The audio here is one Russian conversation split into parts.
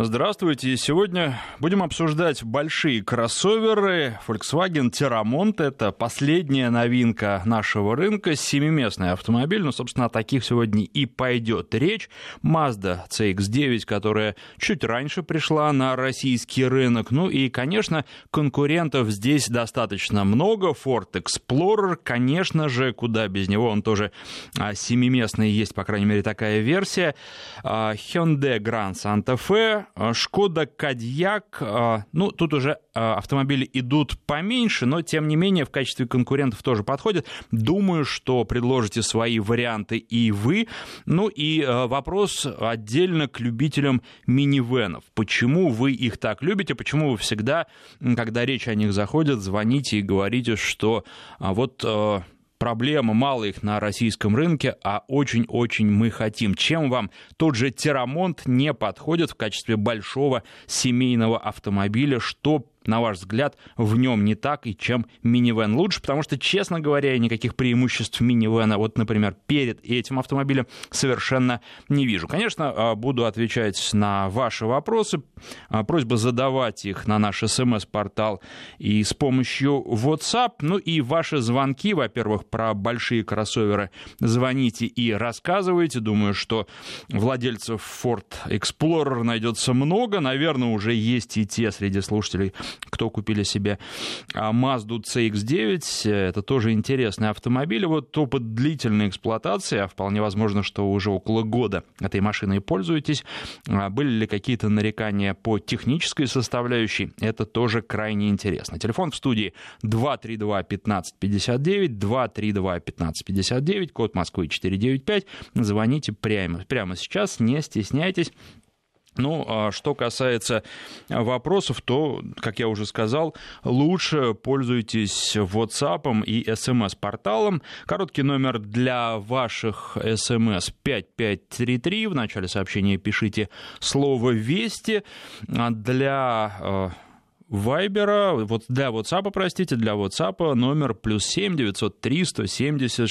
Здравствуйте. Сегодня будем обсуждать большие кроссоверы. Volkswagen Terramont — это последняя новинка нашего рынка. Семиместный автомобиль. Ну, собственно, о таких сегодня и пойдет речь. Mazda CX-9, которая чуть раньше пришла на российский рынок. Ну и, конечно, конкурентов здесь достаточно много. Ford Explorer, конечно же, куда без него. Он тоже семиместный, есть, по крайней мере, такая версия. Hyundai Grand Santa Fe, Шкода Кодиак, ну, тут уже автомобили идут поменьше, но, тем не менее, в качестве конкурентов тоже подходят. Думаю, что предложите свои варианты и вы. Ну, и вопрос отдельно к любителям минивенов. Почему вы их так любите? Почему вы всегда, когда речь о них заходит, звоните и говорите, что вот... проблема, мало их на российском рынке, а очень-очень мы хотим. Чем вам тот же Terramont не подходит в качестве большого семейного автомобиля? Что, на ваш взгляд, в нем не так и чем минивэн лучше? Потому что, честно говоря, я никаких преимуществ минивэна, вот, например, перед этим автомобилем совершенно не вижу. Конечно, буду отвечать на ваши вопросы. Просьба задавать их на наш СМС-портал и с помощью WhatsApp. Ну и ваши звонки, во-первых, про большие кроссоверы звоните и рассказывайте. Думаю, что владельцев Ford Explorer найдется много. Наверное, уже есть и те среди слушателей, кто купили себе Mazda CX-9. Это тоже интересный автомобиль. Вот опыт длительной эксплуатации, а вполне возможно, что уже около года этой машиной пользуетесь. Были ли какие-то нарекания по технической составляющей? Это тоже крайне интересно. Телефон в студии 232-1559, 232-1559, код Москвы 495. Звоните прямо сейчас, не стесняйтесь. Ну, что касается вопросов, то, как я уже сказал, лучше пользуйтесь WhatsApp и SMS-порталом. Короткий номер для ваших SMS 5533. В начале сообщения пишите слово «Вести». Для Вайбера, вот для WhatsApp номер +7 903 170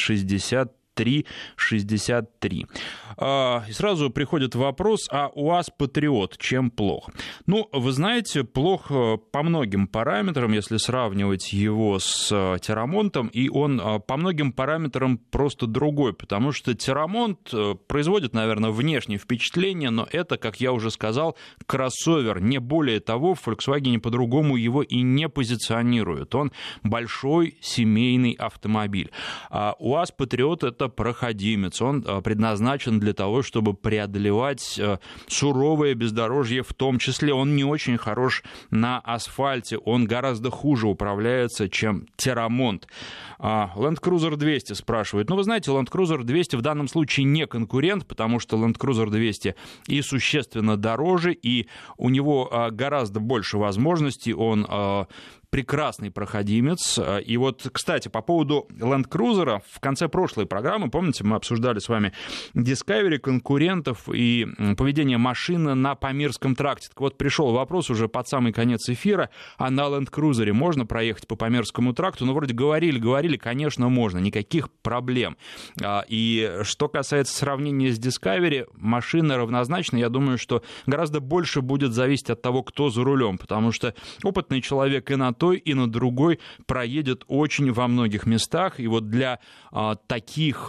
63. И сразу приходит вопрос, а УАЗ Патриот чем плох? Ну, вы знаете, плох по многим параметрам, если сравнивать его с Террамонтом, и он по многим параметрам просто другой, потому что Террамонт производит, наверное, внешнее впечатление, но это, как я уже сказал, кроссовер. Не более того, в Volkswagen по-другому его и не позиционируют. Он большой семейный автомобиль. А УАЗ Патриот — это проходимец. Он предназначен для того, чтобы преодолевать суровое бездорожье в том числе. Он не очень хорош на асфальте, он гораздо хуже управляется, чем Terramont. Land Cruiser 200 спрашивает. Ну, вы знаете, Land Cruiser 200 в данном случае не конкурент, потому что Land Cruiser 200 и существенно дороже, и у него гораздо больше возможностей, он прекрасный проходимец. И вот, кстати, по поводу Land Cruiser, в конце прошлой программы, помните, мы обсуждали с вами Discovery, конкурентов и поведение машины на Памирском тракте. Так вот, пришел вопрос уже под самый конец эфира, а на Land Cruiser можно проехать по Памирскому тракту? Ну, вроде говорили, конечно, можно, никаких проблем. И что касается сравнения с Discovery, машина равнозначна. Я думаю, что гораздо больше будет зависеть от того, кто за рулем, потому что опытный человек и на той, и на другой проедет очень во многих местах. И вот для таких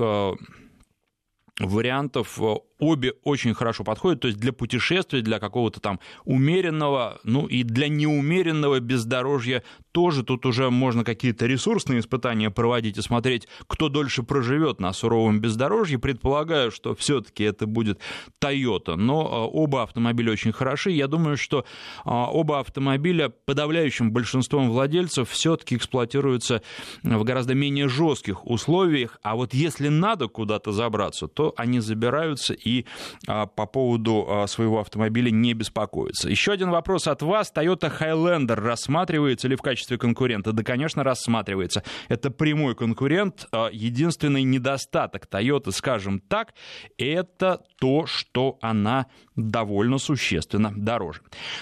вариантов обе очень хорошо подходят, то есть для путешествия, для какого-то там умеренного, ну и для неумеренного бездорожья тоже. Тут уже можно какие-то ресурсные испытания проводить и смотреть, кто дольше проживет на суровом бездорожье. Предполагаю, что все-таки это будет Toyota, но оба автомобиля очень хороши. Я думаю, что оба автомобиля подавляющим большинством владельцев все-таки эксплуатируются в гораздо менее жестких условиях, а вот если надо куда-то забраться, то они забираются и по поводу своего автомобиля не беспокоятся. Еще один вопрос от вас. Toyota Highlander рассматривается ли в качестве конкурента? Да, конечно, рассматривается. Это прямой конкурент. Единственный недостаток Toyota, скажем так, это то, что она довольно существенно дороже.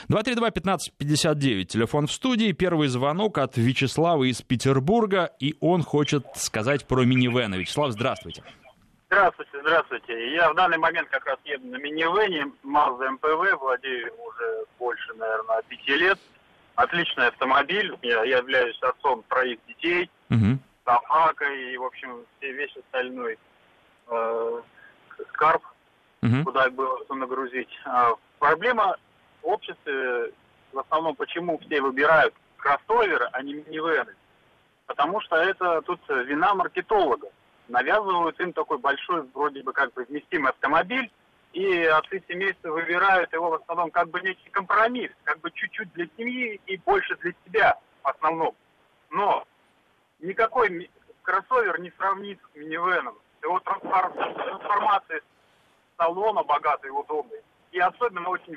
232-1559, телефон в студии. Первый звонок от Вячеслава из Петербурга, и он хочет сказать про минивэн. Вячеслав, здравствуйте. Здравствуйте. Я в данный момент как раз еду на минивэне, Mazda MPV, владею уже больше, наверное, 5 лет. Отличный автомобиль. Я являюсь отцом 3 детей, собакой и, в общем, весь остальной скарб, куда было что нагрузить. Проблема в обществе, в основном, почему все выбирают кроссоверы, а не минивэны. Потому что это тут вина маркетолога. Навязывают им такой большой, вроде бы, как бы вместимый автомобиль, и отцы семейства выбирают его в основном как бы некий компромисс, как бы чуть-чуть для семьи и больше для себя в основном. Но никакой кроссовер не сравнится с минивэном. Его трансформация салона богатый и удобный. И особенно очень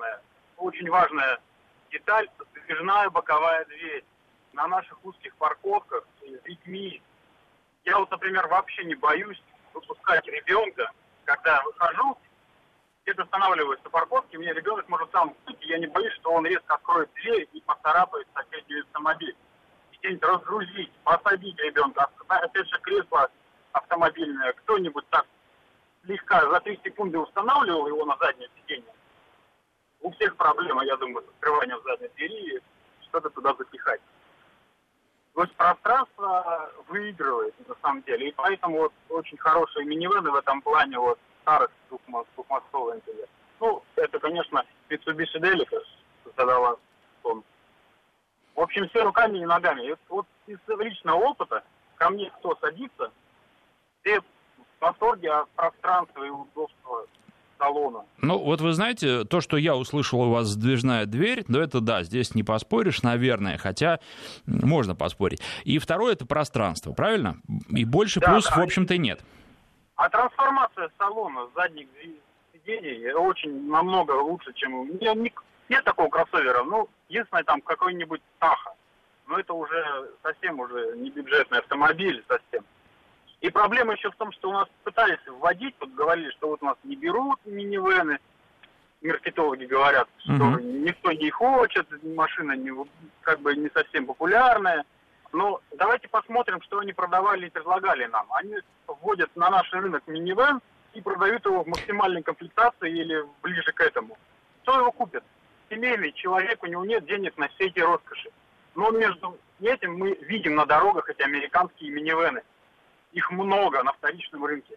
важная деталь — сдвижная боковая дверь. На наших узких парковках с детьми я вот, например, вообще не боюсь выпускать ребенка, когда я выхожу, где-то останавливаюсь на парковке, мне ребенок может сам выйти, я не боюсь, что он резко откроет дверь и поцарапает соседний автомобиль. Где-нибудь разгрузить, посадить ребенка, опять же, кресло автомобильное, кто-нибудь так слегка за 3 секунды устанавливал его на заднее сиденье. У всех проблема, я думаю, с открыванием задней двери, что-то туда запихать. То есть пространство выигрывает, на самом деле. И поэтому вот очень хорошие минивэны в этом плане, вот старых двухмостовых интерьер. Ну, это, конечно, Mitsubishi Delica создала он. В общем, все руками и ногами. И вот из личного опыта ко мне кто садится, все в восторге от пространства и удобства салона. Ну, вот вы знаете, то, что я услышал у вас сдвижная дверь, ну, это да, здесь не поспоришь, наверное, хотя можно поспорить. И второе — это пространство, правильно? И больше плюсов, в общем-то, нет. А трансформация салона задних сидений очень намного лучше, чем... Нет такого кроссовера, ну, единственное, там какой-нибудь Таха. Но это уже совсем уже не бюджетный автомобиль совсем. И проблема еще в том, что у нас пытались вводить, вот говорили, что вот у нас не берут минивэны, маркетологи говорят, что никто не хочет, машина как бы не совсем популярная. Но давайте посмотрим, что они продавали и предлагали нам. Они вводят на наш рынок минивэн и продают его в максимальной комплектации или ближе к этому. Кто его купит? Семейный человек, у него нет денег на все эти роскоши. Но между этим мы видим на дорогах эти американские минивэны. Их много на вторичном рынке.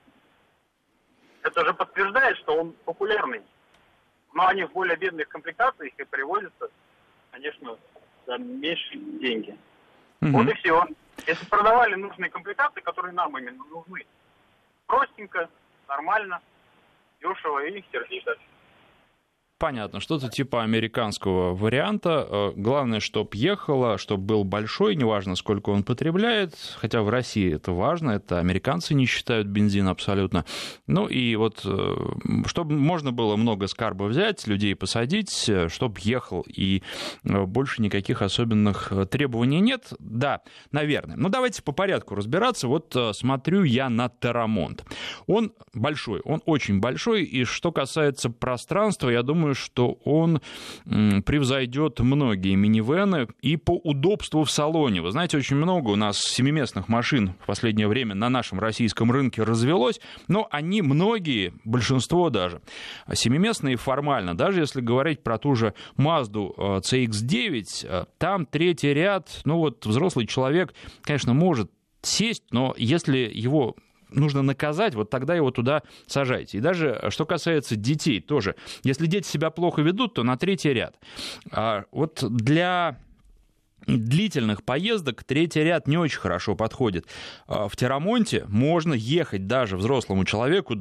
Это же подтверждает, что он популярный. Но они в более бедных комплектациях и привозятся, конечно, за меньшие деньги. Вот и все. Если продавали нужные комплектации, которые нам именно нужны, простенько, нормально, дешево и сердито. Понятно, что-то типа американского варианта. Главное, чтобы ехало, чтобы был большой, неважно, сколько он потребляет. Хотя в России это важно, это американцы не считают бензин абсолютно. Ну и вот, чтобы можно было много скарба взять, людей посадить, чтобы ехал, и больше никаких особенных требований нет. Да, наверное. Но давайте по порядку разбираться. Вот смотрю я на Terramont. Он большой, он очень большой, и что касается пространства, я думаю, что он превзойдет многие минивэны и по удобству в салоне. Вы знаете, очень много у нас семиместных машин в последнее время на нашем российском рынке развелось, но они многие, большинство даже, семиместные формально. Даже если говорить про ту же Mazda CX-9, там третий ряд, ну вот взрослый человек, конечно, может сесть, но если его нужно наказать, вот тогда его туда сажайте. И даже что касается детей тоже. Если дети себя плохо ведут, то на третий ряд. Вот для длительных поездок третий ряд не очень хорошо подходит. В Террамонте можно ехать даже взрослому человеку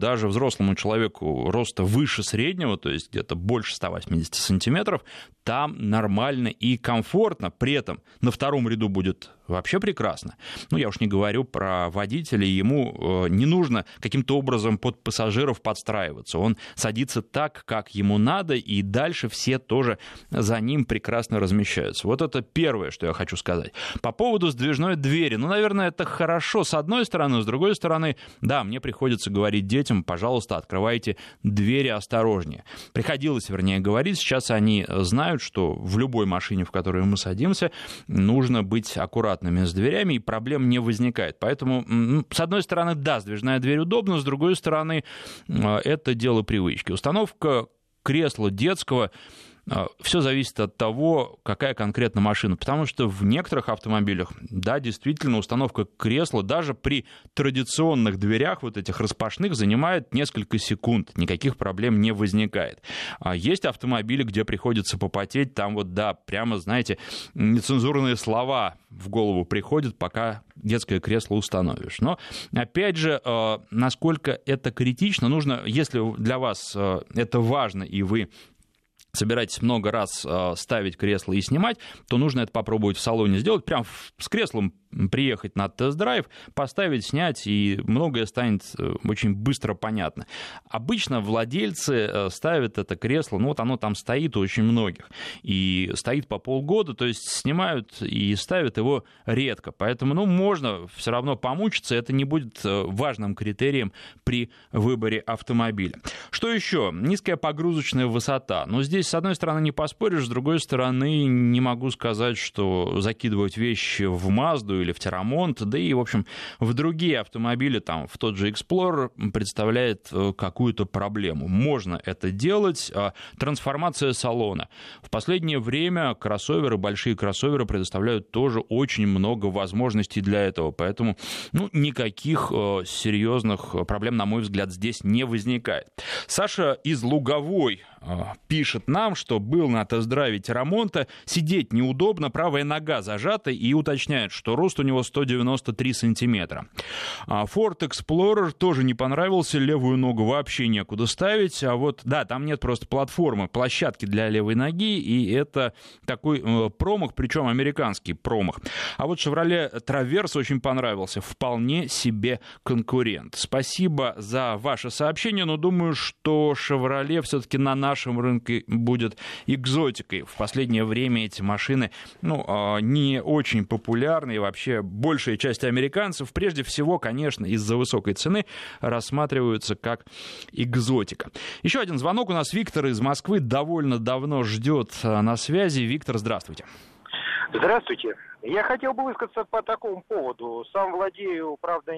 роста выше среднего, то есть где-то больше 180 сантиметров, там нормально и комфортно. При этом на втором ряду будет вообще прекрасно. Ну, я уж не говорю про водителя, ему не нужно каким-то образом под пассажиров подстраиваться. Он садится так, как ему надо, и дальше все тоже за ним прекрасно размещаются. Вот это первое, что я хочу сказать. По поводу сдвижной двери. Ну, наверное, это хорошо с одной стороны, с другой стороны, да, мне приходится говорить детям, пожалуйста, открывайте двери осторожнее. Приходилось, вернее, говорить, сейчас они знают, что в любой машине, в которую мы садимся, нужно быть аккуратным. аккуратными с дверями, и проблем не возникает. Поэтому, с одной стороны, да, сдвижная дверь удобна, с другой стороны, это дело привычки. Установка кресла детского, все зависит от того, какая конкретно машина. Потому что в некоторых автомобилях, да, действительно, установка кресла даже при традиционных дверях, вот этих распашных, занимает несколько секунд. Никаких проблем не возникает. А есть автомобили, где приходится попотеть, там вот, да, прямо, знаете, нецензурные слова в голову приходят, пока детское кресло установишь. Но, опять же, насколько это критично, нужно, если для вас это важно, и вы собираетесь много раз ставить кресло и снимать, то нужно это попробовать в салоне сделать, прям с креслом приехать на тест-драйв, поставить, снять, и многое станет очень быстро понятно. Обычно владельцы ставят это кресло, ну вот оно там стоит у очень многих, и стоит по полгода, то есть снимают и ставят его редко, поэтому, ну, можно все равно помучиться, это не будет важным критерием при выборе автомобиля. Что еще? Низкая погрузочная высота. Но здесь, с одной стороны, не поспоришь, с другой стороны, не могу сказать, что закидывать вещи в Мазду или в Терамонт, да и, в общем, в другие автомобили, там, в тот же Explorer, представляет какую-то проблему. Можно это делать. Трансформация салона. В последнее время кроссоверы, большие кроссоверы предоставляют тоже очень много возможностей для этого, поэтому, ну, никаких серьезных проблем, на мой взгляд, здесь не возникает. Саша из Луговой пишет нам, что был на тест-драйве Терамонта, сидеть неудобно, правая нога зажата, и уточняет, что рост у него 193 сантиметра. Ford Explorer тоже не понравился, левую ногу вообще некуда ставить, а вот, да, там нет просто платформы, площадки для левой ноги, и это такой промах, причем американский промах. А вот Chevrolet Traverse очень понравился, вполне себе конкурент. Спасибо за ваше сообщение, но думаю, что Chevrolet все-таки на нашем рынке будет экзотикой. В последнее время эти машины, ну, не очень популярны, и вообще большая часть американцев, прежде всего, конечно, из-за высокой цены, рассматриваются как экзотика. Еще один звонок у нас. Виктор из Москвы довольно давно ждет на связи. Виктор, здравствуйте. Здравствуйте. Я хотел бы высказаться по такому поводу. Сам владею, правда,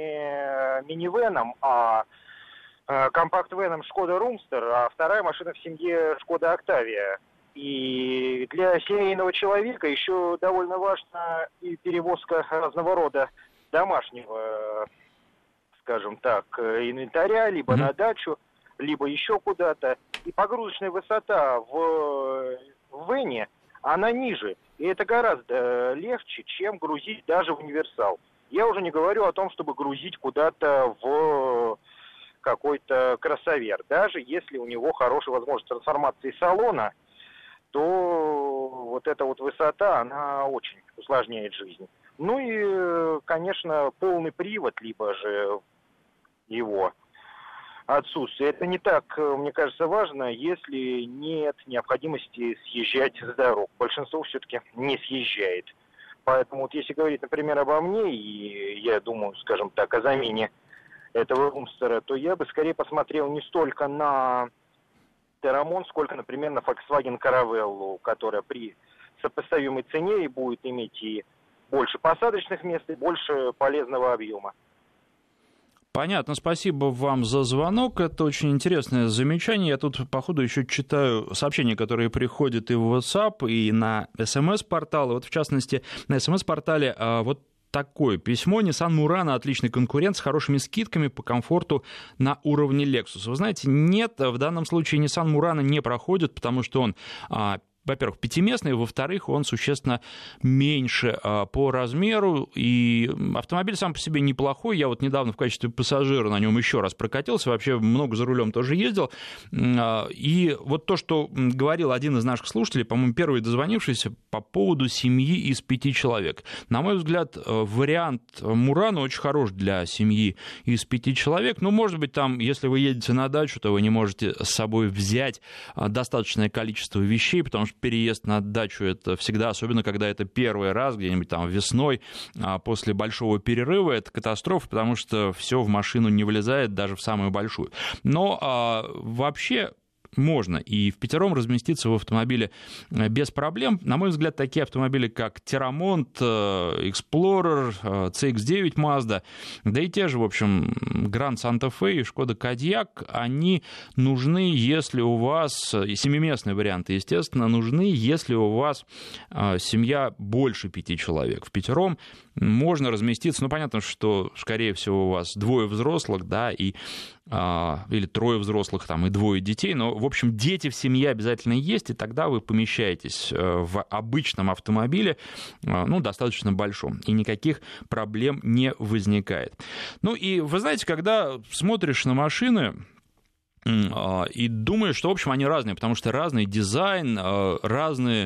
не минивеном, а компакт-веном Шкода Румстер, а вторая машина в семье Шкода Октавия. И для семейного человека еще довольно важна и перевозка разного рода домашнего, скажем так, инвентаря, либо на дачу, либо еще куда-то. И погрузочная высота в вене, она ниже. И это гораздо легче, чем грузить даже в универсал. Я уже не говорю о том, чтобы грузить куда-то в какой-то кроссовер. Даже если у него хорошая возможность трансформации салона, то вот эта вот высота, она очень усложняет жизнь. Ну и, конечно, полный привод, либо же его отсутствие. Это не так, мне кажется, важно, если нет необходимости съезжать с дорог. Большинство все-таки не съезжает. Поэтому вот если говорить, например, обо мне, и я думаю, скажем так, о замене этого Румстера, то я бы скорее посмотрел не столько на Терамонт, сколько, например, на Volkswagen Caravelle, которая при сопоставимой цене и будет иметь и больше посадочных мест, и больше полезного объема. Понятно, спасибо вам за звонок, это очень интересное замечание. Я тут, по ходу, еще читаю сообщения, которые приходят и в WhatsApp, и на СМС-порталы. Вот, в частности, на СМС-портале вот такое письмо. Nissan Murano — отличный конкурент с хорошими скидками по комфорту на уровне Lexus. Вы знаете, нет, в данном случае Nissan Murano не проходит, потому что он, во-первых, пятиместный, во-вторых, он существенно меньше по размеру, и автомобиль сам по себе неплохой. Я вот недавно в качестве пассажира на нем еще раз прокатился, вообще много за рулем тоже ездил. И вот то, что говорил один из наших слушателей, по-моему, первый дозвонившийся, по поводу семьи из 5 человек. На мой взгляд, вариант Murano очень хорош для семьи из 5 человек. Ну, может быть, там, если вы едете на дачу, то вы не можете с собой взять достаточное количество вещей, потому что переезд на дачу — это всегда, особенно когда это первый раз, где-нибудь там весной, после большого перерыва, это катастрофа, потому что все в машину не влезает, даже в самую большую. Но вообще можно и впятером разместиться в автомобиле без проблем. На мой взгляд, такие автомобили, как Terramont, Explorer, CX-9 Mazda, да и те же, в общем, Grand Santa Fe и Skoda Kodiaq, они нужны, если у вас, и семиместные варианты, естественно, нужны, если у вас семья больше 5 человек. Впятером можно разместиться, ну, понятно, что, скорее всего, у вас двое взрослых, да, или трое взрослых, там, и двое детей, но, в общем, дети в семье обязательно есть, и тогда вы помещаетесь в обычном автомобиле, ну, достаточно большом, и никаких проблем не возникает. Ну, и вы знаете, когда смотришь на машины и думаешь, что, в общем, они разные, потому что разный дизайн, разные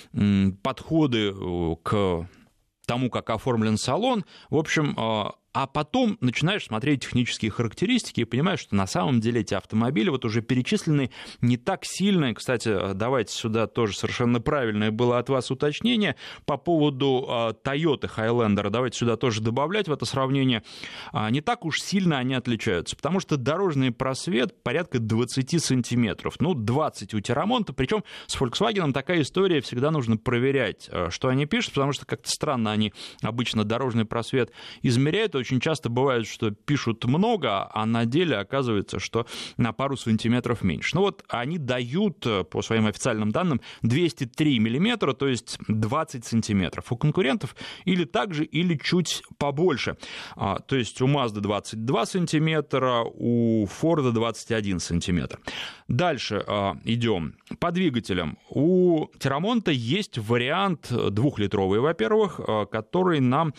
подходы к тому, как оформлен салон, в общем, а потом начинаешь смотреть технические характеристики и понимаешь, что на самом деле эти автомобили вот уже перечислены не так сильно. Кстати, давайте сюда тоже совершенно правильное было от вас уточнение по поводу Toyota Highlander. Давайте сюда тоже добавлять в это сравнение. Не так уж сильно они отличаются, потому что дорожный просвет порядка 20 сантиметров. Ну, 20 у Terramont, причем с Volkswagen такая история, всегда нужно проверять, что они пишут, потому что как-то странно они обычно дорожный просвет измеряют. Очень часто бывает, что пишут много, а на деле оказывается, что на пару сантиметров меньше. Ну вот они дают, по своим официальным данным, 203 миллиметра, то есть 20 сантиметров. У конкурентов или так же, или чуть побольше. То есть у Mazda 22 сантиметра, у Ford 21 сантиметр. Дальше идем. По двигателям. У Terramont есть вариант 2-литровый, во-первых, который нам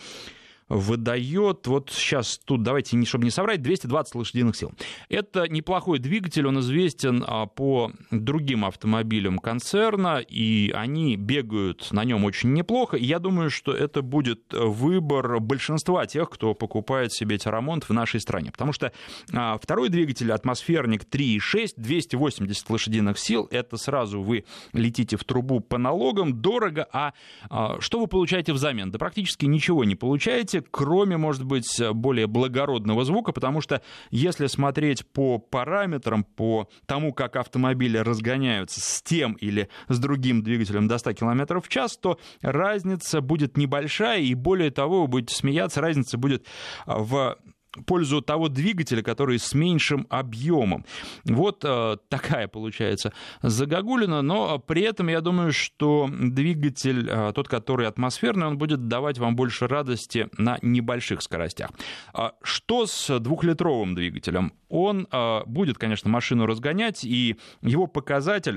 выдает, вот сейчас тут, давайте, чтобы не соврать, 220 лошадиных сил. Это неплохой двигатель, он известен по другим автомобилям концерна, и они бегают на нем очень неплохо. И я думаю, что это будет выбор большинства тех, кто покупает себе Terramont в нашей стране. Потому что второй двигатель, атмосферник 3.6, 280 лошадиных сил, это сразу вы летите в трубу по налогам, дорого, а что вы получаете взамен? Да практически ничего не получаете, кроме, может быть, более благородного звука, потому что если смотреть по параметрам, по тому, как автомобили разгоняются с тем или с другим двигателем до 100 км в час, то разница будет небольшая, и более того, вы будете смеяться, разница будет в пользу того двигателя, который с меньшим объемом. Вот такая получается загогулина, но при этом я думаю, что двигатель, тот, который атмосферный, он будет давать вам больше радости на небольших скоростях. Что с 2-литровым двигателем? Он будет, конечно, машину разгонять, и его показатель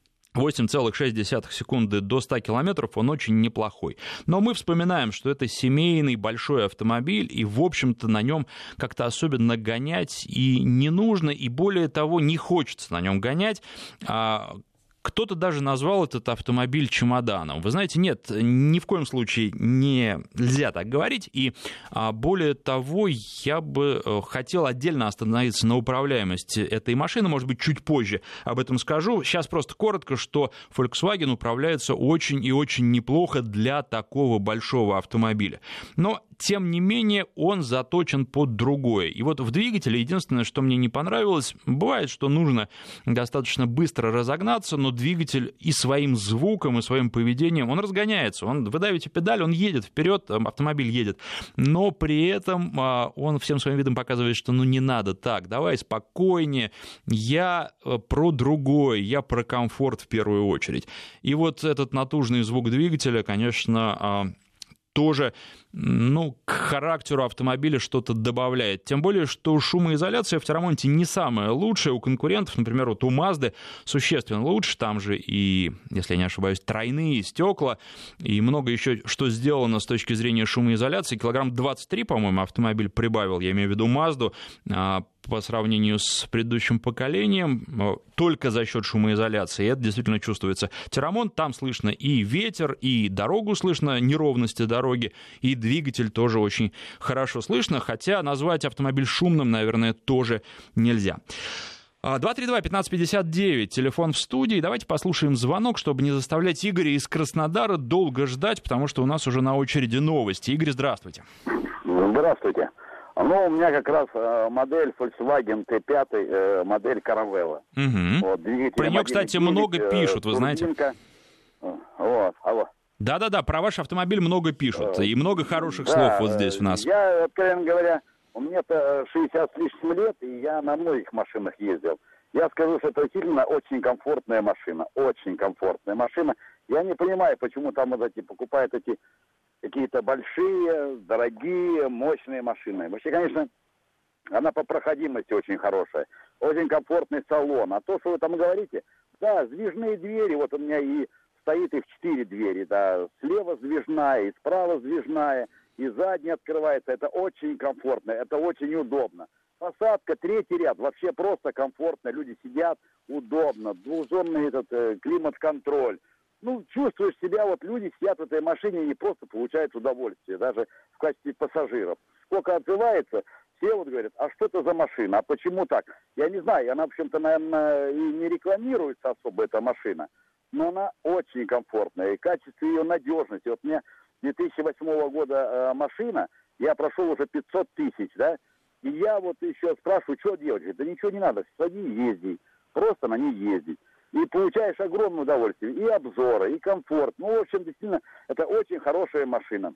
8,6 секунды до 100 километров, он очень неплохой. Но мы вспоминаем, что это семейный большой автомобиль, и, в общем-то, на нем как-то особенно гонять и не нужно, и более того, не хочется на нем гонять. Кто-то даже назвал этот автомобиль чемоданом. Вы знаете, нет, ни в коем случае нельзя так говорить. И более того, я бы хотел отдельно остановиться на управляемости этой машины. Может быть, чуть позже об этом скажу. Сейчас просто коротко, что Volkswagen управляется очень и очень неплохо для такого большого автомобиля. Но тем не менее, он заточен под другое. И вот в двигателе единственное, что мне не понравилось, бывает, что нужно достаточно быстро разогнаться, но двигатель и своим звуком, и своим поведением, он разгоняется. Вы давите педаль, он едет вперед, автомобиль едет. Но при этом он всем своим видом показывает, что не надо так, давай спокойнее, я про другое, я про комфорт в первую очередь. И вот этот натужный звук двигателя, конечно, тоже, к характеру автомобиля что-то добавляет. Тем более, что шумоизоляция в Terramont не самая лучшая. У конкурентов, например, вот у Mazda существенно лучше. Там же и, если я не ошибаюсь, тройные стекла и много еще что сделано с точки зрения шумоизоляции. Килограмм 23, по-моему, автомобиль прибавил, я имею в виду Mazda, по сравнению с предыдущим поколением, только за счет шумоизоляции. И это действительно чувствуется. Terramont, там слышно и ветер, и дорогу слышно, неровности дороги, и двигатель тоже очень хорошо слышно, хотя назвать автомобиль шумным, наверное, тоже нельзя. 232-1559, телефон в студии. Давайте послушаем звонок, чтобы не заставлять Игоря из Краснодара долго ждать, потому что у нас уже на очереди новости. Игорь, здравствуйте. Здравствуйте. Ну, у меня как раз модель Volkswagen T5, модель Caravella. Угу. Вот, про нее, кстати, много пишут, вы знаете. Вот, алло. Да-да-да, про ваш автомобиль много пишут, и много хороших слов вот здесь у нас. Я, откровенно говоря, у меня-то 60 с лишним лет, и я на многих машинах ездил. Я скажу, что это действительно очень комфортная машина, очень комфортная машина. Я не понимаю, почему там вот эти покупают эти какие-то большие, дорогие, мощные машины. Вообще, конечно, она по проходимости очень хорошая, очень комфортный салон. А то, что вы там говорите, да, сдвижные двери, вот у меня и стоит их 4 двери, да, слева сдвижная, и справа сдвижная, и задняя открывается. Это очень комфортно, это очень удобно. Посадка, третий ряд, вообще просто комфортно, люди сидят, удобно, двухзонный этот климат-контроль. Ну, чувствуешь себя, вот люди сидят в этой машине и не просто получают удовольствие, даже в качестве пассажиров. Сколько отзывается, все вот говорят, а что это за машина, а почему так? Я не знаю, она, в общем-то, наверное, и не рекламируется особо, эта машина, но она очень комфортная, и качество ее надежности. Вот у меня 2008 года машина, я прошел уже 500 тысяч, да, и я вот еще спрашиваю, что делать? Да ничего не надо, сади и езди, просто на ней ездить. И получаешь огромное удовольствие, и обзоры, и комфорт. Ну, в общем, действительно, это очень хорошая машина.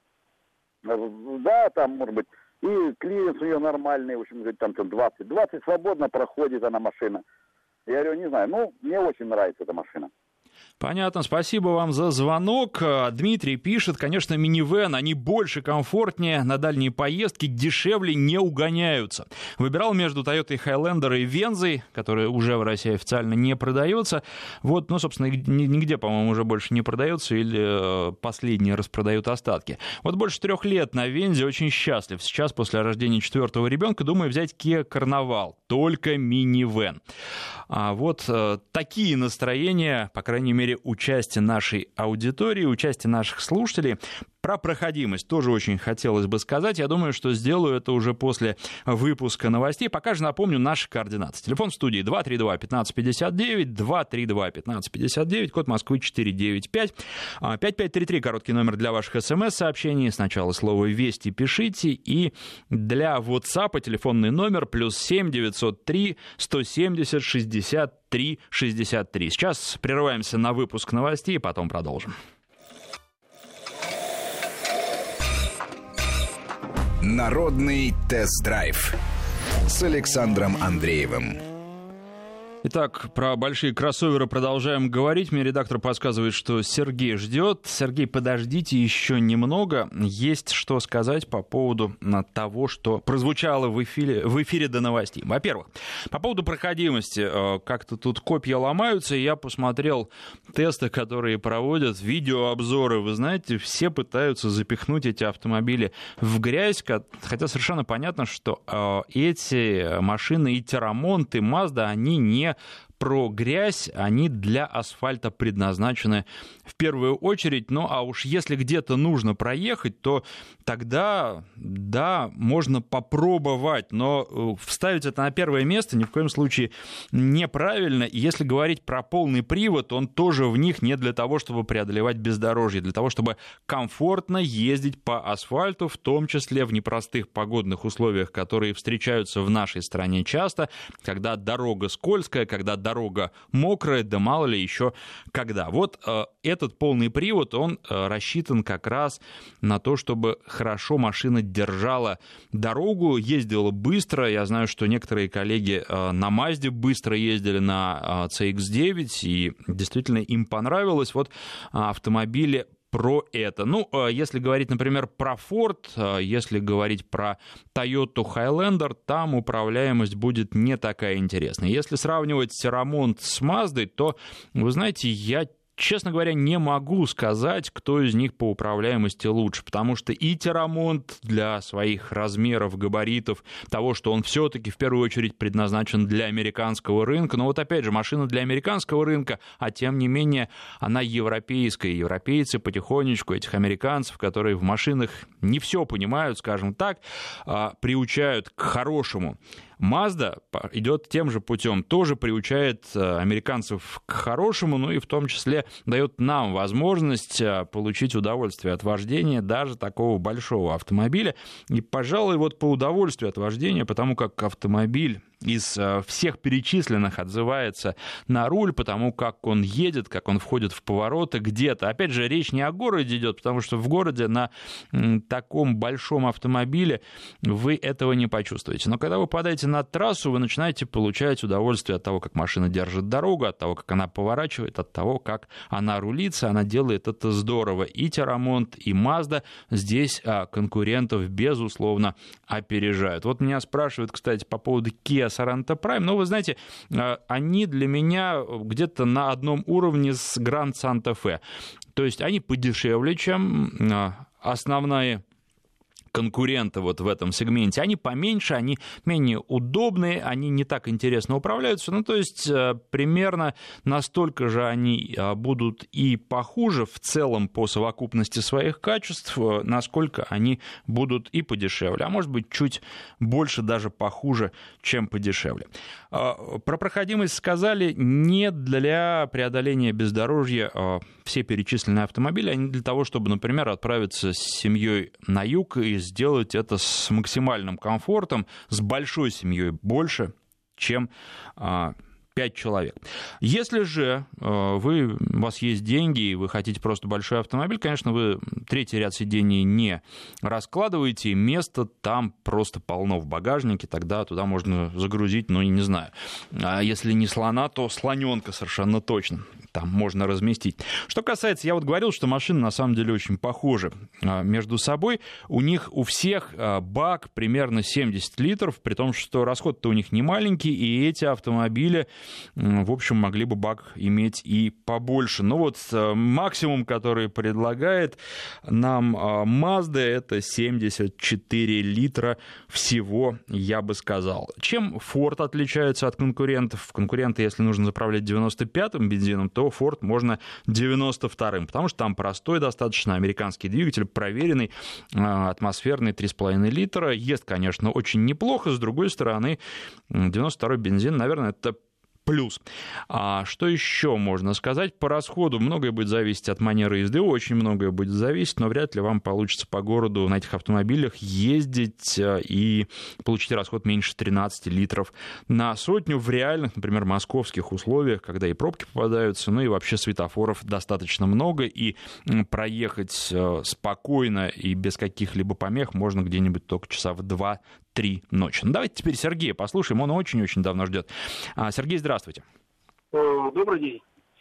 Да, там, может быть, и клиренс у нее нормальный, в общем, там 20. 20 свободно проходит она, машина. Я говорю, не знаю, ну, мне очень нравится эта машина. Понятно, спасибо вам за звонок. Дмитрий пишет, конечно, минивэн, они больше, комфортнее, на дальние поездки дешевле не угоняются. Выбирал между Toyota Highlander и Вензой, которая уже в России официально не продается. Вот, ну, собственно, нигде, по-моему, уже больше не продается или последние распродают остатки. Вот больше 3 лет на Вензе, очень счастлив. Сейчас, после рождения 4-го ребенка, думаю взять Kia Carnival, только минивэн. А вот такие настроения, по крайней мере, у части нашей аудитории, у части наших слушателей. Про проходимость тоже очень хотелось бы сказать. Я думаю, что сделаю это уже после выпуска новостей. Пока же напомню наши координаты. Телефон в студии 232-1559, 232-1559, код Москвы 495. 5533, короткий номер для ваших смс-сообщений. Сначала слово «Вести» пишите. И для WhatsApp телефонный номер +7 903 170 63 63. Сейчас прерываемся на выпуск новостей, потом продолжим. Народный тест-драйв с Александром Андреевым. Итак, про большие кроссоверы продолжаем говорить. Мне редактор подсказывает, что Сергей ждет. Сергей, подождите еще немного. Есть что сказать по поводу того, что прозвучало в эфире до новостей. Во-первых, по поводу проходимости. Как-то тут копья ломаются. Я посмотрел тесты, которые проводят, видеообзоры. Вы знаете, все пытаются запихнуть эти автомобили в грязь. Хотя совершенно понятно, что эти машины и Террамонт, и Мазда, они не про грязь, они для асфальта предназначены в первую очередь. Ну, а уж если где-то нужно проехать, то тогда, да, можно попробовать, но вставить это на первое место ни в коем случае неправильно. И если говорить про полный привод, он тоже в них не для того, чтобы преодолевать бездорожье, для того, чтобы комфортно ездить по асфальту, в том числе в непростых погодных условиях, которые встречаются в нашей стране часто, когда дорога скользкая, когда дорога мокрая, да мало ли еще когда. Вот этот полный привод, он рассчитан как раз на то, чтобы хорошо машина держала дорогу, ездила быстро. Я знаю, что некоторые коллеги на Мазде быстро ездили на CX-9, и действительно им понравилось. Вот автомобили про это. Ну, если говорить, например, про Ford, если говорить про Toyota Highlander, там управляемость будет не такая интересная. Если сравнивать Террамонт с Маздой, то, вы знаете, я, честно говоря, не могу сказать, кто из них по управляемости лучше, потому что и Террамонт для своих размеров, габаритов, того, что он все-таки в первую очередь предназначен для американского рынка, но вот опять же, машина для американского рынка, а тем не менее она европейская. Европейцы потихонечку этих американцев, которые в машинах не все понимают, скажем так, приучают к хорошему Mazda идет тем же путем, тоже приучает американцев к хорошему, ну и в том числе дает нам возможность получить удовольствие от вождения даже такого большого автомобиля. И, пожалуй, вот по удовольствию от вождения, потому как автомобиль из всех перечисленных отзывается на руль, потому как он едет, как он входит в повороты где-то. Опять же, речь не о городе идет, потому что в городе на таком большом автомобиле вы этого не почувствуете. Но когда вы попадаете на трассу, вы начинаете получать удовольствие от того, как машина держит дорогу, от того, как она поворачивает, от того, как она рулится. Она делает это здорово. И Terramont, и Mazda здесь конкурентов, безусловно, опережают. Вот меня спрашивают, кстати, по поводу Kia Sorento Prime, но вы знаете, они для меня где-то на одном уровне с Grand Santa Fe. То есть они подешевле, чем основные конкуренты вот в этом сегменте. Они поменьше, они менее удобные, они не так интересно управляются. Ну, то есть примерно настолько же они будут и похуже в целом по совокупности своих качеств, насколько они будут и подешевле. А может быть, чуть больше даже похуже, чем подешевле. Про проходимость сказали. Не для преодоления бездорожья все перечисленные автомобили, они для того, чтобы, например, отправиться с семьей на юг и сделать это с максимальным комфортом, с большой семьей больше, чем 5 человек. Если же у вас есть деньги и вы хотите просто большой автомобиль, конечно, вы третий ряд сидений не раскладываете, места там просто полно в багажнике, тогда туда можно загрузить, ну, не знаю, если не слона, то слоненка совершенно точно там можно разместить. Что касается, я вот говорил, что машины на самом деле очень похожи между собой. У них у всех бак примерно 70 литров, при том, что расход-то у них не маленький, и эти автомобили, в общем, могли бы бак иметь и побольше. Но вот максимум, который предлагает нам Mazda, это 74 литра всего, я бы сказал. Чем Ford отличается от конкурентов? Конкуренты, если нужно заправлять 95-м бензином, то Ford можно 92-м, потому что там простой достаточно американский двигатель, проверенный, атмосферный, 3,5 литра. Ест, конечно, очень неплохо, с другой стороны, 92-й бензин, наверное, это плюс. А что еще можно сказать? По расходу многое будет зависеть от манеры езды, очень многое будет зависеть, но вряд ли вам получится по городу на этих автомобилях ездить и получить расход меньше 13 литров на сотню в реальных, например, московских условиях, когда и пробки попадаются, ну и вообще светофоров достаточно много, и проехать спокойно и без каких-либо помех можно где-нибудь только часа в 2-3 ночи. Ну, давайте теперь Сергея послушаем, он очень-очень давно ждет. Сергей, здравствуйте. Добрый день.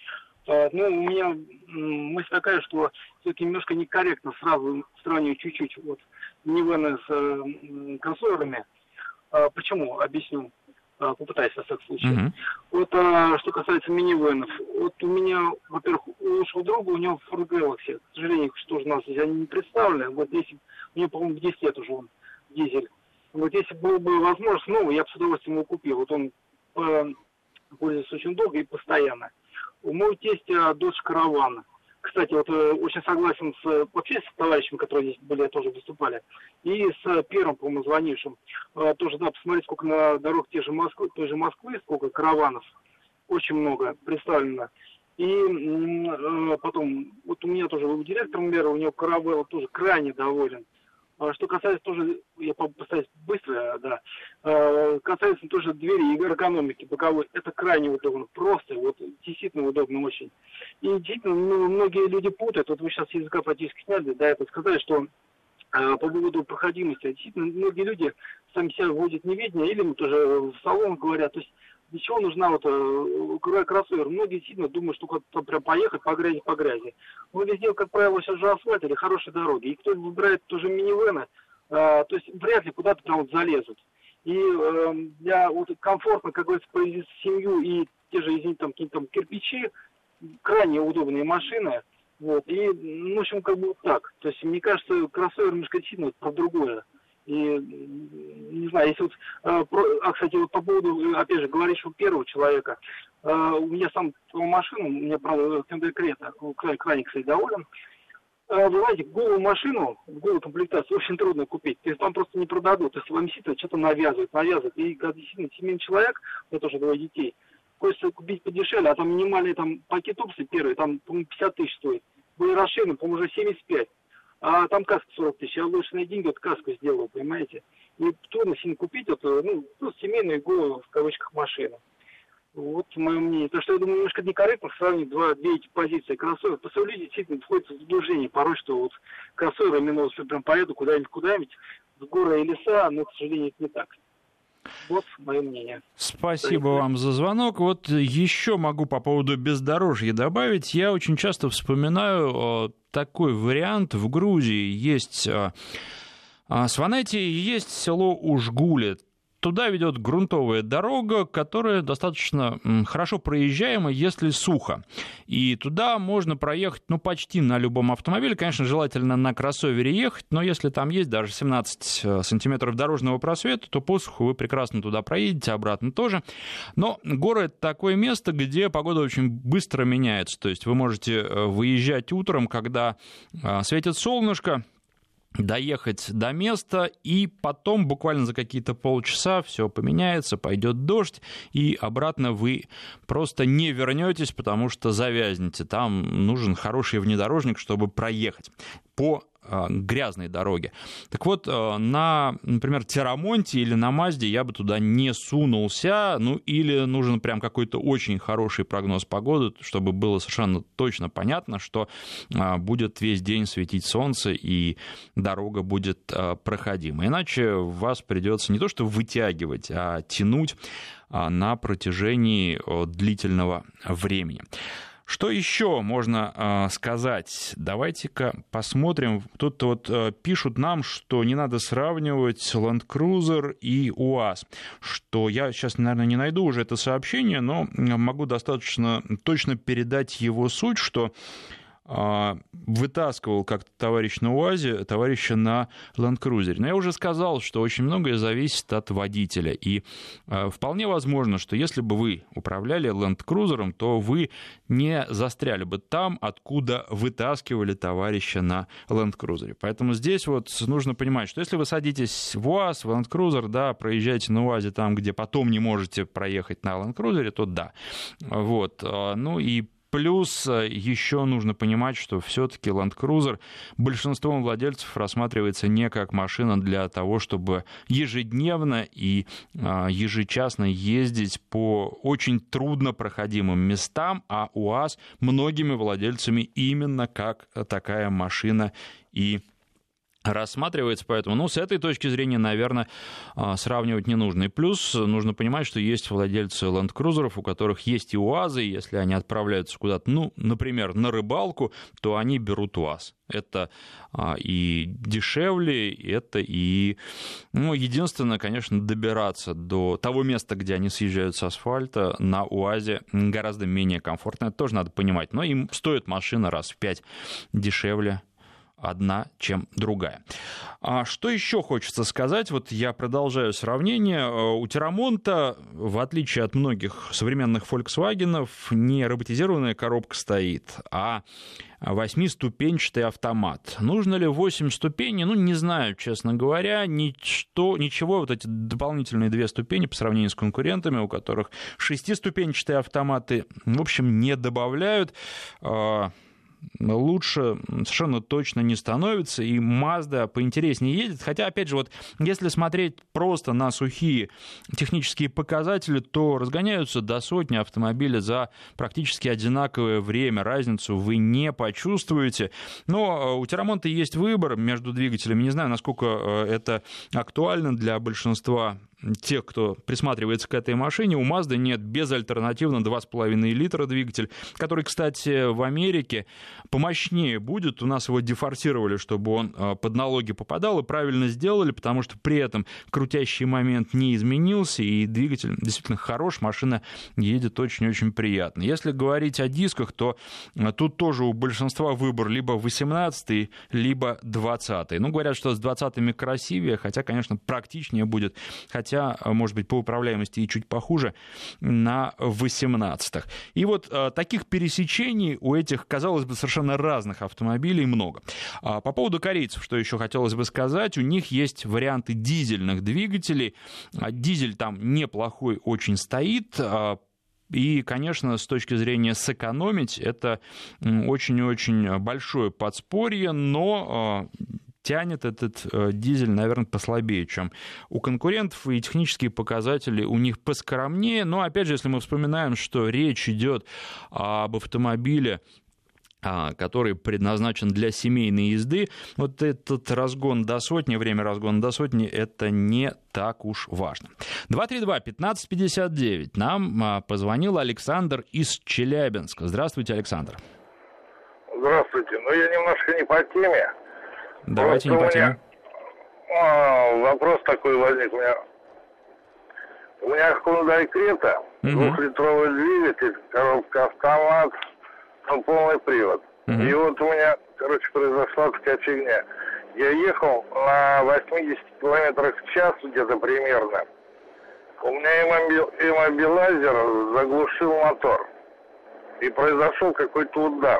Ну, у меня мысль такая, что все-таки немножко некорректно сразу сравнивать чуть-чуть вот минивэны с кроссоверами. Почему? Объясню. Попытаюсь, во всяком случае. Вот что касается минивэнов. Вот у меня, во-первых, у лучшего друга, у него Ford Galaxy. К сожалению, что же у нас здесь они не представлены. Вот если, у него, по-моему, 10 лет уже он дизель. Вот если было бы возможность новый, я бы с удовольствием его купил. Вот он пользуется очень долго и постоянно. Мой тесть Dodge Caravan. Кстати, вот очень согласен вообще с товарищами, которые здесь были, тоже выступали, и с первым, по-моему, звонившим. Тоже, да, посмотреть, сколько на дорогах той же Москвы, сколько караванов. Очень много представлено. И потом, вот у меня тоже директор мэра, у него Caravelle тоже крайне доволен. Что касается тоже, я постараюсь быстро, да, касается тоже двери и эргономики боковой, это крайне удобно, просто, вот действительно удобно очень. И действительно, многие люди путают, вот вы сейчас языка практически сняли, да, это сказали, что по поводу проходимости, действительно, многие люди сами себя вводят в неведение, или тоже в салон говорят, то есть для чего нужна вот кроссовер? Многие действительно думают, что как-то прям поехать по грязи. Но везде, как правило, сейчас же асфальт или хорошие дороги. И кто выбирает тоже минивэны, то есть вряд ли куда-то прям вот залезут. И для вот комфортно, как говорится, провести семью и те же, извините, там какие-то там кирпичи, крайне удобные машины. Вот. И, в общем, как бы вот так. То есть, мне кажется, кроссовер немножко действительно про другое. И, не знаю, если вот, кстати, вот по поводу, опять же, говорящего первого человека, у меня сам машина, у меня, правда, Hyundai Creta, крайне, кстати, доволен, Вы знаете, голую машину, голую комплектацию очень трудно купить. То есть вам просто не продадут. Если вам действительно что-то навязывают. И когда действительно семейный человек, у меня тоже 2 детей, хочется купить подешевле, а там минимальный там пакет опций первый, там, по-моему, 50 тысяч стоит. Были расширены, по-моему, уже 75. А там каска 40 тысяч. Я вложенные деньги вот каску сделал, понимаете. И трудно сильно купить эту, семейную голую, в кавычках, машину. Вот мое мнение. Потому что я думаю, немножко некорректно сравнить две эти позиции. Кроссовер. По люди действительно входит в заблуждение порой, что вот кроссовер именно вот прям поеду куда-нибудь в горы и леса, но, к сожалению, это не так. Вот мое мнение. Спасибо вам за звонок. Вот еще могу по поводу бездорожья добавить. Я очень часто вспоминаю такой вариант. В Грузии есть Сванети, есть село Ужгули. Туда ведет грунтовая дорога, которая достаточно хорошо проезжаема, если сухо. И туда можно проехать почти на любом автомобиле. Конечно, желательно на кроссовере ехать, но если там есть даже 17 сантиметров дорожного просвета, то по суху вы прекрасно туда проедете, обратно тоже. Но горы — это такое место, где погода очень быстро меняется. То есть вы можете выезжать утром, когда светит солнышко, доехать до места, и потом буквально за какие-то полчаса все поменяется, пойдет дождь, и обратно вы просто не вернетесь, потому что завязнете. Там нужен хороший внедорожник, чтобы проехать по грязной дороге. Так вот, на, например, Терамонте или на Мазде я бы туда не сунулся, или нужен прям какой-то очень хороший прогноз погоды, чтобы было совершенно точно понятно, что будет весь день светить солнце и дорога будет проходима. Иначе вас придется не то что вытягивать, а тянуть на протяжении длительного времени. Что еще можно сказать? Давайте-ка посмотрим. Тут вот пишут нам, что не надо сравнивать Land Cruiser и УАЗ. Что я сейчас, наверное, не найду уже это сообщение, но могу достаточно точно передать его суть, что вытаскивал как-то товарищ на УАЗе товарища на Land Cruiser. Но я уже сказал, что очень многое зависит от водителя. И вполне возможно, что если бы вы управляли Land Cruiser, то вы не застряли бы там, откуда вытаскивали товарища на Land Cruiser. Поэтому здесь вот нужно понимать, что если вы садитесь в УАЗ, в Land Cruiser, да, проезжаете на УАЗе там, где потом не можете проехать на Land Cruiser, то да. Вот. И плюс еще нужно понимать, что все-таки Land Cruiser большинством владельцев рассматривается не как машина для того, чтобы ежедневно и ежечасно ездить по очень труднопроходимым местам, а УАЗ многими владельцами именно как такая машина и рассматривается, поэтому, с этой точки зрения, наверное, сравнивать не нужно. И плюс нужно понимать, что есть владельцы ленд-крузеров, у которых есть и УАЗы, и если они отправляются куда-то, например, на рыбалку, то они берут УАЗ. Это и дешевле, это и, единственное, конечно, добираться до того места, где они съезжают с асфальта, на УАЗе гораздо менее комфортно. Это тоже надо понимать. Но им стоит машина раз в 5 дешевле одна, чем другая. А что еще хочется сказать? Вот я продолжаю сравнение. У Терамонта, в отличие от многих современных Volkswagen'ов, не роботизированная коробка стоит, а 8-ступенчатый автомат. Нужно ли 8 ступеней? Не знаю, честно говоря. Ничего, вот эти дополнительные 2 ступени по сравнению с конкурентами, у которых 6-ступенчатые автоматы, в общем, не добавляют. Лучше совершенно точно не становится, и Mazda поинтереснее едет. Хотя, опять же, вот если смотреть просто на сухие технические показатели, то разгоняются до сотни автомобилей за практически одинаковое время. Разницу вы не почувствуете. Но у Терамонта есть выбор между двигателями. Не знаю, насколько это актуально для большинства тех, кто присматривается к этой машине. У Mazda нет безальтернативно 2,5 литра двигатель, который, кстати, в Америке помощнее будет. У нас его дефорсировали, чтобы он под налоги попадал, и правильно сделали, потому что при этом крутящий момент не изменился, и двигатель действительно хорош, машина едет очень-очень приятно. Если говорить о дисках, то тут тоже у большинства выбор либо 18-й, либо 20-й. Говорят, что с 20-ми красивее, хотя, конечно, практичнее будет хотя хотя, может быть, по управляемости и чуть похуже, на 18-х. И вот таких пересечений у этих, казалось бы, совершенно разных автомобилей много. По поводу корейцев, что еще хотелось бы сказать, у них есть варианты дизельных двигателей. Дизель там неплохой очень стоит. И, конечно, с точки зрения сэкономить, это очень-очень большое подспорье, но тянет этот дизель, наверное, послабее, чем у конкурентов, и технические показатели у них поскромнее. Но, опять же, если мы вспоминаем, что речь идет об автомобиле, который предназначен для семейной езды, вот этот разгон до сотни, время разгона до сотни, это не так уж важно. 232-1559. Нам позвонил Александр из Челябинска. Здравствуйте, Александр. Здравствуйте. Я немножко не по теме. Давайте не по теме. Вопрос такой возник у меня. У меня Hyundai Creta, 2-литровый двигатель, коробка автомат, полный привод. И вот у меня, произошла такая фигня. Я ехал на 80 километрах в час где-то примерно. У меня иммобилайзер заглушил мотор. И произошел какой-то удар.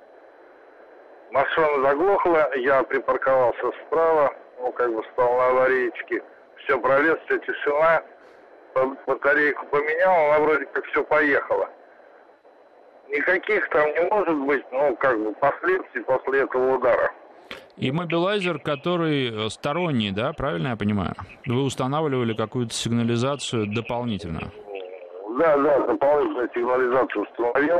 Машина заглохла, я припарковался справа, стал на аварийке. Все, пролез, вся тишина. Батарейку поменял, она вроде как все поехало. Никаких там не может быть, последствий после этого удара. Иммобилайзер, который сторонний, да, правильно я понимаю? Вы устанавливали какую-то сигнализацию дополнительно? Да, дополнительную сигнализацию установил.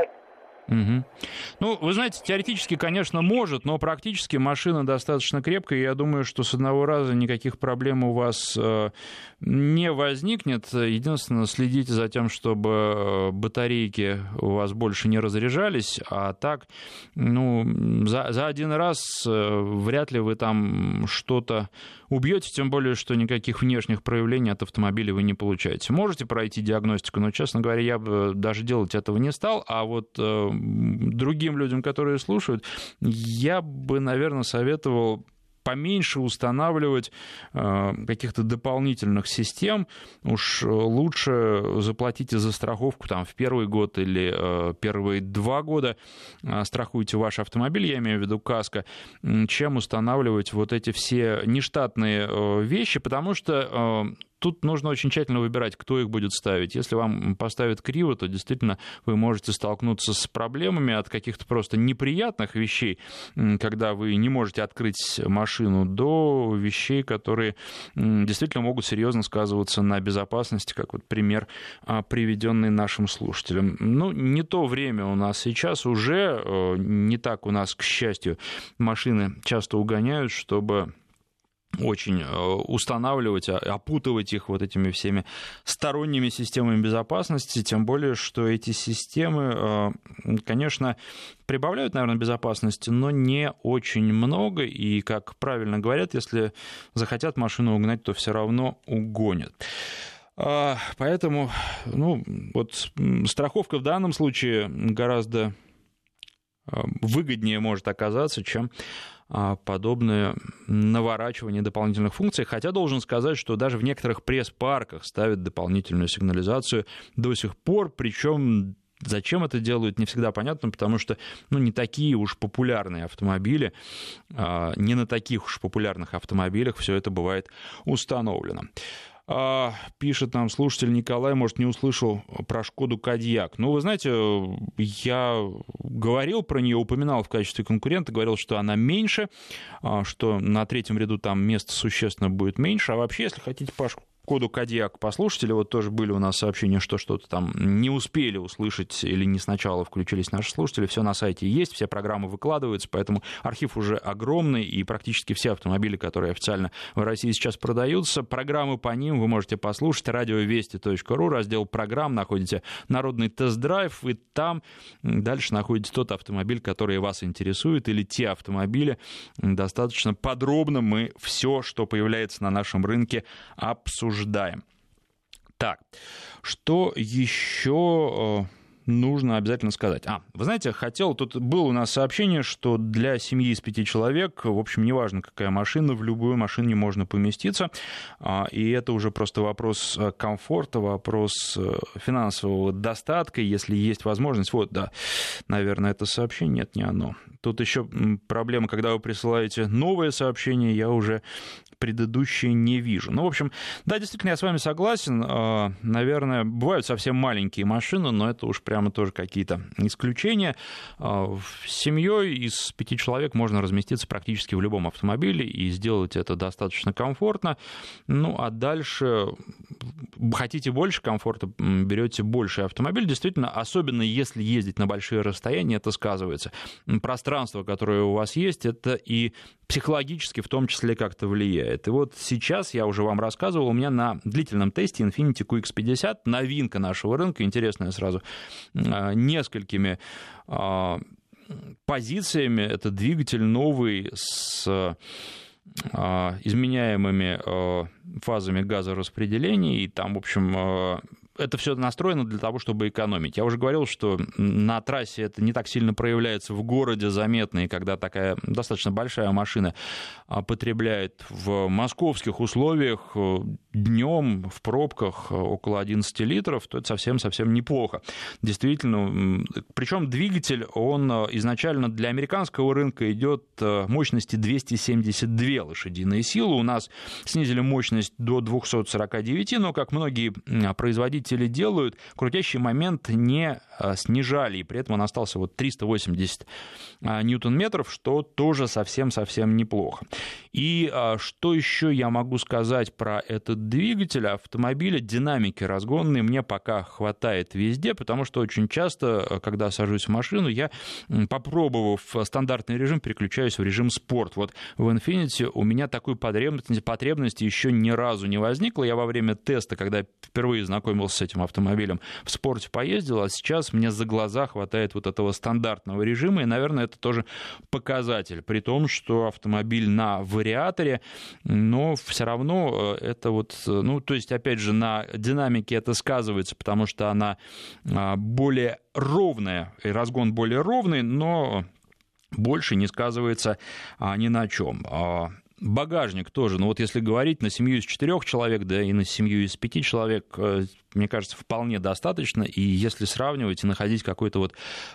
Вы знаете, теоретически, конечно, может, но практически машина достаточно крепкая, и я думаю, что с одного раза никаких проблем у вас не возникнет. Единственное, следите за тем, чтобы батарейки у вас больше не разряжались, а так, за один раз вряд ли вы там что-то убьете, тем более, что никаких внешних проявлений от автомобиля вы не получаете. Можете пройти диагностику, но, честно говоря, я бы даже делать этого не стал, а вот другим людям, которые слушают, я бы, наверное, советовал поменьше устанавливать каких-то дополнительных систем. Уж лучше заплатите за страховку в первый год или первые 2 года страхуйте ваш автомобиль, я имею в виду каско, чем устанавливать вот эти все нештатные вещи, потому что тут нужно очень тщательно выбирать, кто их будет ставить. Если вам поставят криво, то действительно вы можете столкнуться с проблемами от каких-то просто неприятных вещей, когда вы не можете открыть машину, до вещей, которые действительно могут серьезно сказываться на безопасности, как вот пример, приведенный нашим слушателям. Не то время у нас сейчас, уже не так у нас, к счастью, машины часто угоняют, чтобы очень устанавливать, опутывать их вот этими всеми сторонними системами безопасности, тем более, что эти системы, конечно, прибавляют, наверное, безопасности, но не очень много, и, как правильно говорят, если захотят машину угнать, то все равно угонят. Поэтому, страховка в данном случае гораздо выгоднее может оказаться, чем подобное наворачивание дополнительных функций, хотя должен сказать, что даже в некоторых пресс-парках ставят дополнительную сигнализацию до сих пор, причем зачем это делают, не всегда понятно, потому что не такие уж популярные автомобили, не на таких уж популярных автомобилях все это бывает установлено. Пишет нам слушатель Николай, может, не услышал про Шкоду Кодиак. Вы знаете, я говорил про нее, упоминал в качестве конкурента, говорил, что она меньше, что на 3-м ряду там места существенно будет меньше. А вообще, если хотите по Шкоду Кодиак послушать, или вот тоже были у нас сообщения, что что-то там не успели услышать или не сначала включились наши слушатели, все на сайте есть, все программы выкладываются, поэтому архив уже огромный, и практически все автомобили, которые официально в России сейчас продаются, программы по ним вы можете послушать, радиовести.ру, раздел программ, находите «Народный тест-драйв», и там дальше находите тот автомобиль, который вас интересует, или те автомобили. Достаточно подробно мы все, что появляется на нашем рынке, обсуждаем. Так, что еще нужно обязательно сказать. Вы знаете, тут было у нас сообщение, что для семьи из 5 человек, в общем, неважно, какая машина, в любую машину можно поместиться, и это уже просто вопрос комфорта, вопрос финансового достатка, если есть возможность. Вот, да, наверное, это сообщение, нет, не оно. Тут еще проблема, когда вы присылаете новое сообщение, я уже предыдущие не вижу. В общем, да, действительно, я с вами согласен. Наверное, бывают совсем маленькие машины, но это уж прямо тоже какие-то исключения. Семьей из 5 человек можно разместиться практически в любом автомобиле и сделать это достаточно комфортно. А дальше хотите больше комфорта, берете больший автомобиль. Действительно, особенно если ездить на большие расстояния, это сказывается. Пространство, которое у вас есть, это и психологически в том числе как-то влияет. И вот сейчас, я уже вам рассказывал, у меня на длительном тесте Infiniti QX50, новинка нашего рынка, интересная сразу, несколькими позициями. Это двигатель новый с изменяемыми фазами газораспределения, и там, в общем, это все настроено для того, чтобы экономить. Я уже говорил, что на трассе это не так сильно проявляется, в городе заметно, и когда такая достаточно большая машина потребляет в московских условиях днем в пробках около 11 литров, то это совсем-совсем неплохо. Действительно, причем двигатель, он изначально для американского рынка идет мощности 272 лошадиные силы. У нас снизили мощность до 249, но, как многие производители делают, крутящий момент не снижали, и при этом он остался 380 ньютон-метров, что тоже совсем-совсем неплохо. И что еще я могу сказать про этот двигатель автомобиля? Динамики разгонные мне пока хватает везде, потому что очень часто, когда сажусь в машину, я, попробовав стандартный режим, переключаюсь в режим спорт. Вот в Infiniti у меня такой потребности еще ни разу не возникло. Я во время теста, когда впервые знакомился с этим автомобилем, в спорте поездил, а сейчас мне за глаза хватает этого стандартного режима, и, наверное, это тоже показатель, при том, что автомобиль на вариаторе, но все равно это то есть, опять же, на динамике это сказывается, потому что она более ровная, и разгон более ровный, но больше не сказывается ни на чем. Багажник тоже, если говорить на семью из 4 человек, да и на семью из 5 человек, мне кажется, вполне достаточно, и если сравнивать и находить какой-то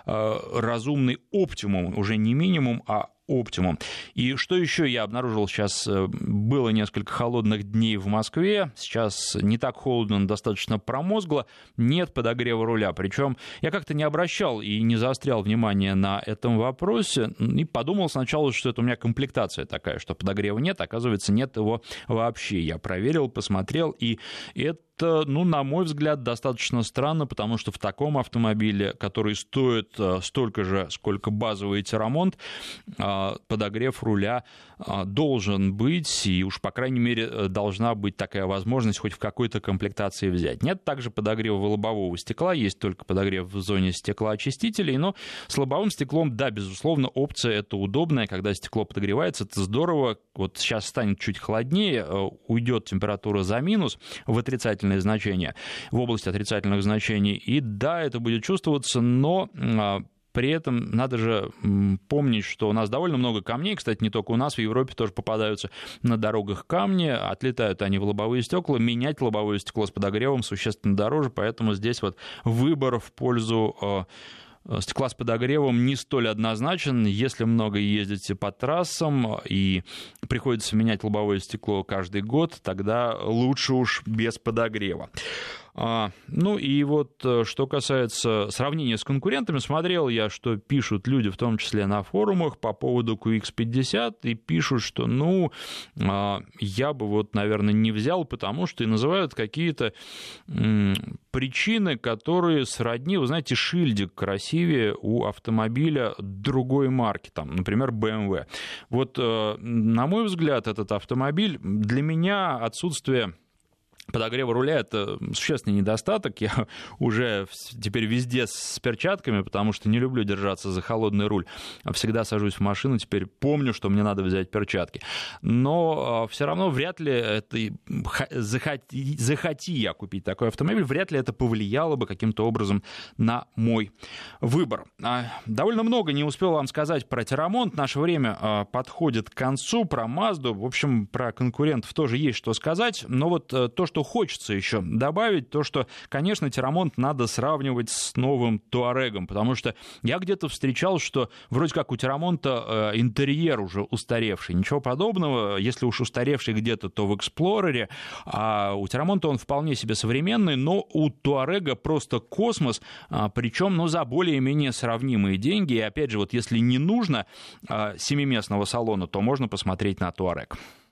разумный оптимум, уже не минимум, а оптимум. И что еще я обнаружил сейчас? Было несколько холодных дней в Москве, сейчас не так холодно, но достаточно промозгло, нет подогрева руля. Причем я как-то не обращал и не заострял внимание на этом вопросе, и подумал сначала, что это у меня комплектация такая, что подогрева нет, оказывается, нет его вообще. Я проверил, посмотрел, и это, на мой взгляд, достаточно странно, потому что в таком автомобиле, который стоит столько же, сколько базовый Террамонт, подогрев руля должен быть, и уж, по крайней мере, должна быть такая возможность хоть в какой-то комплектации взять. Нет также подогрева лобового стекла, есть только подогрев в зоне стеклоочистителей, но с лобовым стеклом, да, безусловно, опция это удобная, когда стекло подогревается, это здорово. Вот сейчас станет чуть холоднее, уйдет температура за минус в отрицательное значение, в область отрицательных значений, и да, это будет чувствоваться, но при этом надо же помнить, что у нас довольно много камней, кстати, не только у нас, в Европе тоже попадаются на дорогах камни, отлетают они в лобовые стекла, менять лобовое стекло с подогревом существенно дороже, поэтому здесь выбор в пользу стекла с подогревом не столь однозначен. Если много ездите по трассам и приходится менять лобовое стекло каждый год, тогда лучше уж без подогрева. И что касается сравнения с конкурентами, смотрел я, что пишут люди, в том числе на форумах, по поводу QX50, и пишут, что, я бы, наверное, не взял, потому что и называют какие-то причины, которые сродни, вы знаете, шильдик красивее у автомобиля другой марки, например, BMW. На мой взгляд, этот автомобиль, для меня отсутствие подогрева руля — это существенный недостаток. Я уже теперь везде с перчатками, потому что не люблю держаться за холодный руль. Всегда сажусь в машину, теперь помню, что мне надо взять перчатки. Но все равно вряд ли это, захоти я купить такой автомобиль, вряд ли это повлияло бы каким-то образом на мой выбор. Довольно много не успел вам сказать про Террамонт. Наше время подходит к концу. Про Мазду, в общем, про конкурентов тоже есть что сказать. Но вот то, что хочется еще добавить, то, что, конечно, Террамонт надо сравнивать с новым Туарегом, потому что я где-то встречал, что вроде как у Террамонта интерьер уже устаревший. Ничего подобного. Если уж устаревший где-то, то в Эксплорере. А у Террамонта он вполне себе современный, но у Туарега просто космос, причем, за более-менее сравнимые деньги. И опять же, вот если не нужно семиместного салона, то можно посмотреть на Туарег.